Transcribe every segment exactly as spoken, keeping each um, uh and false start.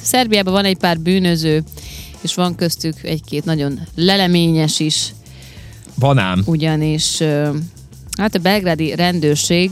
Szerbiában van egy pár bűnöző, és van köztük egy-két nagyon leleményes is. Van ám. Ugyanis hát a belgrádi rendőrség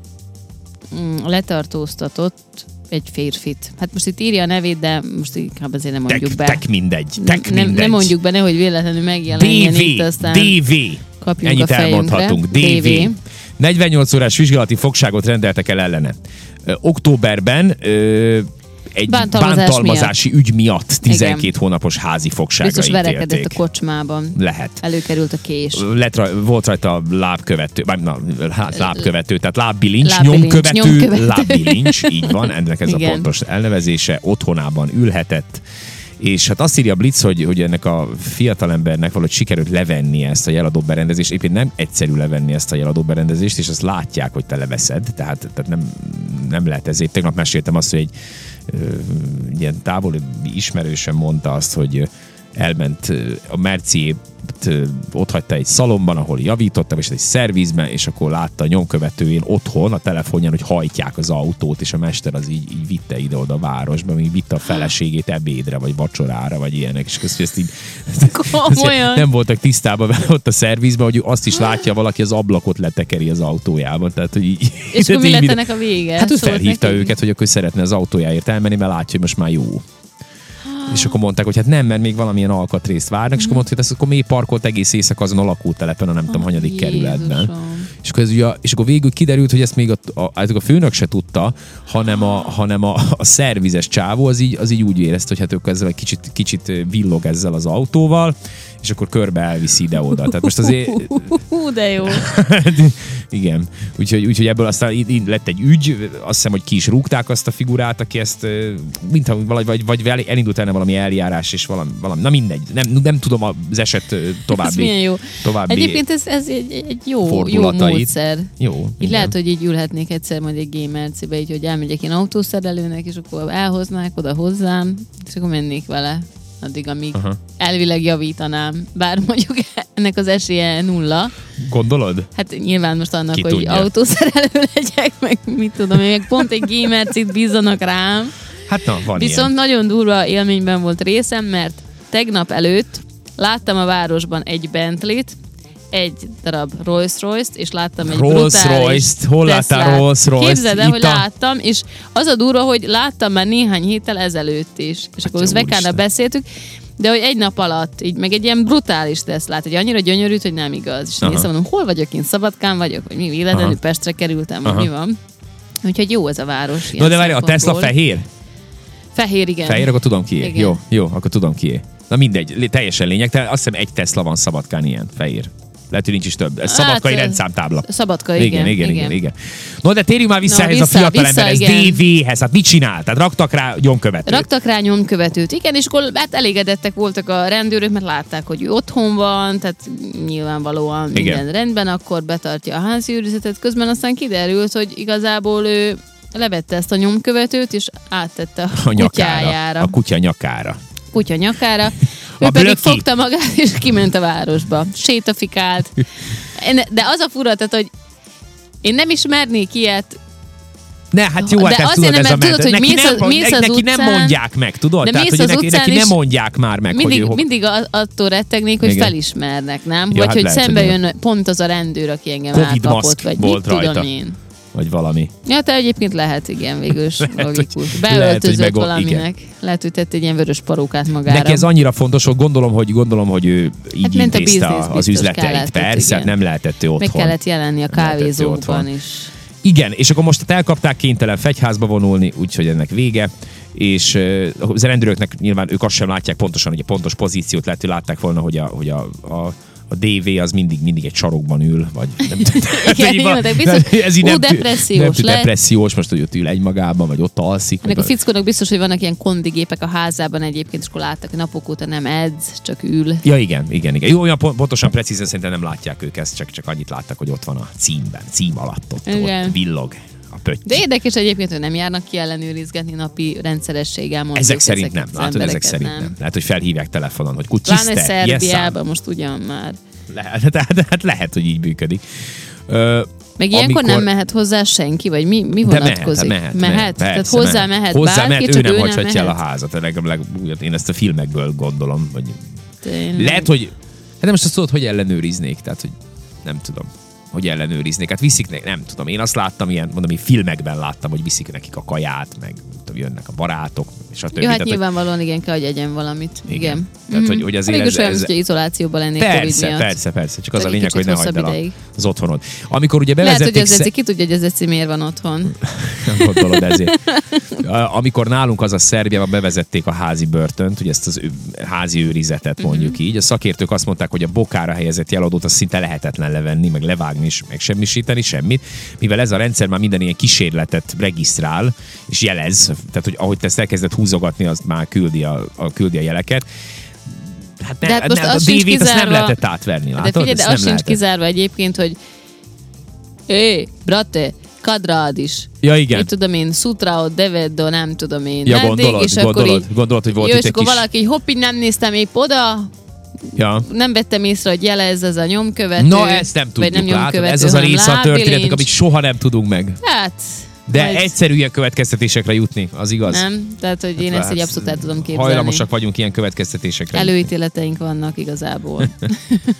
letartóztatott egy férfit. Hát most itt írja a nevét, de most inkább azért nem mondjuk tek, be. Tek mindegy, tek nem, mindegy. Nem mondjuk be, nehogy véletlenül megjelenjen dé vé, itt, aztán dé vé. kapjunk Ennyit a fejünkre. elmondhatunk. dé vé. negyvennyolc órás vizsgálati fogságot rendeltek el ellene. Ö, októberben ö, egy Bántalmazás bántalmazási miatt. ügy miatt tizenkét Igen. hónapos házi fogságra Biztos ítélték. verekedett a kocsmában. Lehet. Előkerült a kés. Lett, volt rajta lábkövető, na, lábkövető, tehát lábbilincs, Lábbilincs, nyomkövető, nyomkövető. lábbilincs, így van, ennek ez Igen. a pontos elnevezése, otthonában ülhetett, és hát azt írja a Blitz, hogy, hogy ennek a fiatalembernek valahogy sikerült levenni ezt a jeladó berendezést, éppen nem egyszerű levenni ezt a jeladó berendezést, és azt látják, hogy te leveszed, tehát, tehát nem, nem lehet ezért. Tegnap meséltem azt, hogy egy ö, ilyen távoli ismerősen mondta azt, hogy elment a Merciét, ott hagyta egy szalomban, ahol javítottam, és egy szervizben, és akkor látta a nyomkövetőjén otthon a telefonján, hogy hajtják az autót, és a mester az így, így vitte ide-oda a városba, még vitte a feleségét ebédre, vagy vacsorára, vagy ilyenek, és közben ezt így nem voltak tisztában vele ott a szervizben, hogy azt is látja valaki, az ablakot letekeri az autójában. Tehát, hogy így, és akkor mi lett ennek a vége? Hát ő Szólt felhívta neki? őket, hogy akkor szeretne az autójáért elmenni, mert látja, hogy most már jó. És akkor mondták, hogy hát nem, mert még valamilyen alkatrészt várnak, és akkor mondták, hogy ezt akkor mély parkolt egész éjszaka azon a lakótelepen, a nem tudom, hanyadik kerületben. És akkor, ez ugye, és akkor végül kiderült, hogy ezt még a, a, a főnök se tudta, hanem a, hanem a, a szervizes csávó az így, az így úgy érezte, hogy hát ők ezzel egy kicsit, kicsit villog ezzel az autóval, és akkor körbe elviszi ide-oda. Tehát most azért... Hú, de jó. Igen. Úgyhogy, úgyhogy ebből aztán így lett egy ügy, azt hiszem, hogy ki is rúgták azt a figurát, aki ezt, mintha vagy, vagy, vagy elindult el valami eljárás, és valami, valami na mindegy. Nem, nem tudom az eset további... Ez milyen jó. További Egyébként ez, ez egy, egy jó, jó módszer. Jó. Így igen. lehet, hogy így ülhetnék egyszer majd egy G-Mercibe, így, hogy elmegyek én autószerelőnek, és akkor elhoznák oda hozzám, és akkor mennék vele addig, amíg Aha. elvileg javítanám. Bár mondjuk ennek az esélye nulla. Gondolod? Hát nyilván most annak, Ki hogy tudja. autószerelő legyek, meg mit tudom, én meg pont egy G-Mercit bízzanak rám. Hát na, van Viszont ilyen. nagyon durva élményben volt részem, mert tegnap előtt láttam a városban egy Bentleyt, egy darab Rolls-Royce-t, és láttam egy brutális Rolls-Royce-t. Hol láttál Rolls-Royce-t? Képzeld el, hogy Itt a- láttam, és az a durva, hogy láttam már néhány héttel ezelőtt is, és Hát akkor jó az Vekánnal Isten. beszéltük, de hogy egy nap alatt, így meg egy ilyen brutális teszt lát, hogy annyira gyönyörűt, hogy nem igaz. És Aha. néztem, mondom, hol vagyok én, Szabadkán vagyok, vagy mi véletlenül Aha. Pestre kerültem, vagy Aha. mi van. Úgyhogy jó ez a város. No, de várj, a Tesla szempontból. fehér? Fehér, igen. Fehér, akkor tudom kié. Igen. Jó, jó, akkor tudom kié. Na mindegy, lé- teljesen lényeg. Azt hiszem egy Tesla van Szabadkán ilyen, fehér. Lehet, hogy nincs is több. Ez Hát, szabadkai ez- rendszámtábla. Szabadka, Igen, igen. igen, igen, igen. No, de térjünk már vissza Na, ehhez vissza, a fiatalemberhez, vissza, igen. dé véhez. Hát mit csinál? Tehát raktak rá nyomkövetőt. Raktak rá nyomkövetőt, igen, és akkor hát elégedettek voltak a rendőrök, mert látták, hogy ő otthon van, tehát nyilvánvalóan Igen. minden rendben, akkor betartja a házi őrizetet. Közben aztán kiderült, hogy igazából ő levette ezt a nyomkövetőt, és áttette a, a nyakára. kutyájára, A kutya nyakára. kutya nyakára. Ő A pedig blöki. fogta magát, és kiment a városba. Sétafikált. De az a fura, tehát, hogy én nem ismernék ilyet. Ne, hát jó, De hát ezt azért tudod, nem, ez a mert tudod, ment- hogy neki mész nem, az- mész az neki nem utcán, mondják meg, tudod? de Tehát, mész hogy az neki, utcán, neki és nem mondják már meg, mindig, hogy ő... mindig a- attól rettegnék, hogy Igen. felismernek, nem? Ja, Vagy hát hogy lehet, szembe hogy jön pont az a rendőr, aki engem Covid elkapott, maszk vagy volt mit rajta. tudom én. Vagy valami. Ja, te egyébként lehet, igen, végül is Lehet, logikus. hogy- Beöltözött lehet, hogy meg- valaminek. Lehet, hogy tett egy ilyen vörös parókát magára. Neki ez annyira fontos, hogy gondolom, hogy gondolom, hogy ő így Hát ment a intézte biznisz, az biztos üzleteit. kellett, Persze, igen. nem lehetett ő otthon. Meg kellett jelenni a Nem lehetett ő kávézókban otthon. is. Igen, és akkor most elkapták, kénytelen fegyházba vonulni, úgyhogy ennek vége, és uh, az rendőröknek nyilván ők azt sem látják pontosan, hogy a pontos pozíciót lehet, hogy látták volna, hogy a, hogy a, a a dé vé az mindig, mindig egy sarokban ül, vagy nem Igen, így jó, van. de biztos, Ez így ú, nem tű- depressziós nem tű- lett. depressziós, most, hogy ott ül egymagában, vagy ott alszik. Ennek a vagy- fickónak biztos, hogy vannak ilyen kondigépek a házában egyébként, és akkor láttak, hogy napok óta nem edz, csak ül. Ja, igen, igen, igen. Jó, olyan pon- pontosan, precízen szerintem nem látják ők ezt, csak, csak annyit láttak, hogy ott van a címben, cím alatt, ott, Igen. ott villog a pötty. De érdekes egyébként, hogy nem járnak ki ellenőrizgetni napi rendszerességgel. mondjuk Ezek szerint nem. ezeket az Látod, ezek embereket, szerint nem. Lehet, hogy felhívják telefonon, hogy kucsiszte, Pláne yes, Szerbiában most ugyan már. Lehet, tehát, hát lehet, hogy így működik. Ö, Meg ilyenkor amikor... nem mehet hozzá senki, vagy mi, mi De vonatkozik? mehet, mehet, mehet? mehet. Tehát Persze, hozzá mehet, hozzá bárki, mehet, csak ő nem ő hagyhatja el a mehet? házat. Legalább, én ezt a filmekből gondolom. Vagy... Tényleg. Lehet, hogy... Hát nem most azt tudod, hogy ellenőriznék, tehát, hogy nem tudom, hogy ellenőriznék. Hát viszik, ne, nem tudom, én azt láttam, ilyen, mondom, én filmekben láttam, hogy viszik nekik a kaját, meg tudom, jönnek a barátok, és a többi. Jó, hát tehát, nyilvánvalóan igen, kell, hogy egyen valamit. Igen. igen. Tehát, mm. hogy, hogy azért Mégis ez, olyan, ez... hogy izolációban lennék persze, Covid miatt. Persze, persze, csak az Csak a lényeg, hogy ne hagyd el a, ideig. az otthonod. Amikor ugye Lehet, bevezették... hogy az Eci, ki tudja, hogy az Eci miért van otthon. Nem gondolod ezért. Amikor nálunk az a Szerbiában bevezették a házi börtönt, ugye ezt az házi őrizetet mondjuk uh-huh. így, a szakértők azt mondták, hogy a bokára helyezett jeladót az szinte lehetetlen levenni, meg levágni és meg semmisíteni, semmit, mivel ez a rendszer már minden ilyen kísérletet regisztrál, és jelez, tehát hogy ahogy te ezt elkezded húzogatni, azt már küldi a, a, küldi a jeleket. Hát, ne, hát most ne, a az dé vét kizárva, azt nem lehetett átverni, látod? De figyelj, de ezt az nem sincs lehetett. kizárva egyébként, hogy hé, brate, kadrád is. Ja, igen. Én tudom én, Sutrao, Deveddo, nem tudom én. Ja, meddig, gondolod, és gondolod, akkor így, gondolod, hogy volt jó, itt és egy akkor kis... valaki, hopp, így nem néztem épp oda, ja. nem vettem észre, hogy jelez ez a nyomkövető. No, ezt nem tudjuk, nem látod? Ez az a része a történetnek, amit soha nem tudunk meg. Hát... De majd... egyszerű ilyen következtetésekre jutni, az igaz? Nem, tehát, hogy én hát, ezt egy abszolút el tudom képzelni. Hajlamosak vagyunk ilyen következtetésekre. Előítéleteink vannak igazából.